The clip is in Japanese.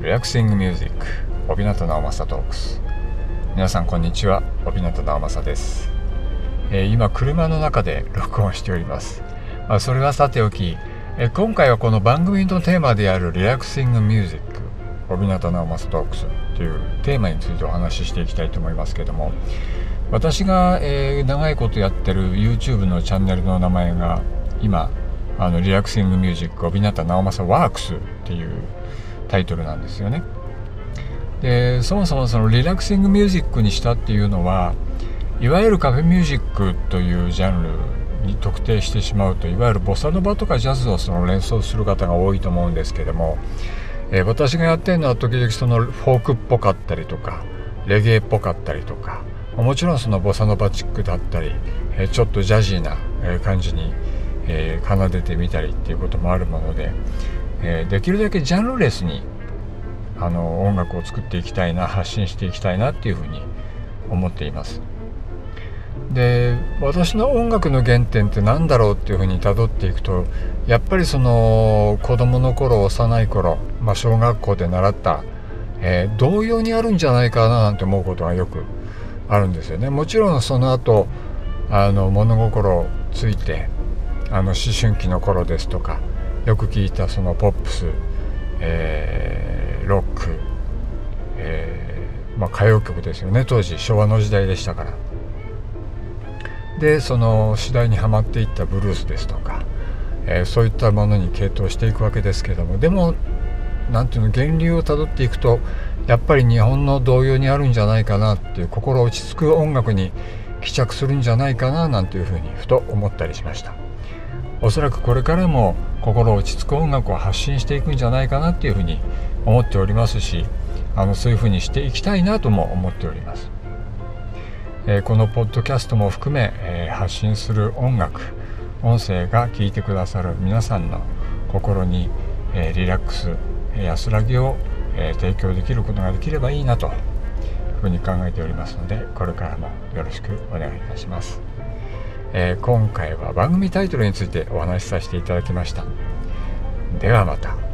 リラクシングミュージック小日向直政トークス。皆さんこんにちは、小日向直政です。今車の中で録音しております。それはさておき、今回はこの番組のテーマであるリラクシングミュージック小日向直政トークスというテーマについてお話ししていきたいと思いますけども、私が、長いことやってる YouTube のチャンネルの名前が今リラクシングミュージック小日向直政ワークスっていうタイトルなんですよね。でそもそもそのリラクシングミュージックにしたっていうのは、いわゆるカフェミュージックというジャンルに特定してしまうと、いわゆるボサノバとかジャズを連想する方が多いと思うんですけども、私がやってるのは時々フォークっぽかったりとかレゲエっぽかったりとか、もちろんボサノバチックだったり、ちょっとジャジーな感じに奏でてみたりっていうこともあるもので、できるだけジャンルレスに音楽を作っていきたいな、発信していきたいなっていうふうに思っています。で私の音楽の原点って何だろうっていうふうに辿っていくと、やっぱり子供の頃、幼い頃、小学校で習った、童謡にあるんじゃないかななんて思うことがよくあるんですよね。もちろんその後物心ついて思春期の頃ですとか、よく聞いたポップス、ロック、歌謡曲ですよね。当時昭和の時代でしたから。で次第にはまっていったブルースですとか、そういったものに傾倒していくわけですけども、でも源流をたどっていくと、やっぱり日本の童謡にあるんじゃないかなっていう、心落ち着く音楽に帰着するんじゃないかななんていうふうにふと思ったりしました。おそらくこれからも心落ち着く音楽を発信していくんじゃないかなっていうふうに思っておりますし、そういうふうにしていきたいなとも思っております。このポッドキャストも含め、発信する音楽、音声が聞いてくださる皆さんの心に、リラックス、安らぎを、提供できることができればいいなというふうに考えておりますので、これからもよろしくお願いいたします。今回は番組タイトルについてお話しさせていただきました。ではまた。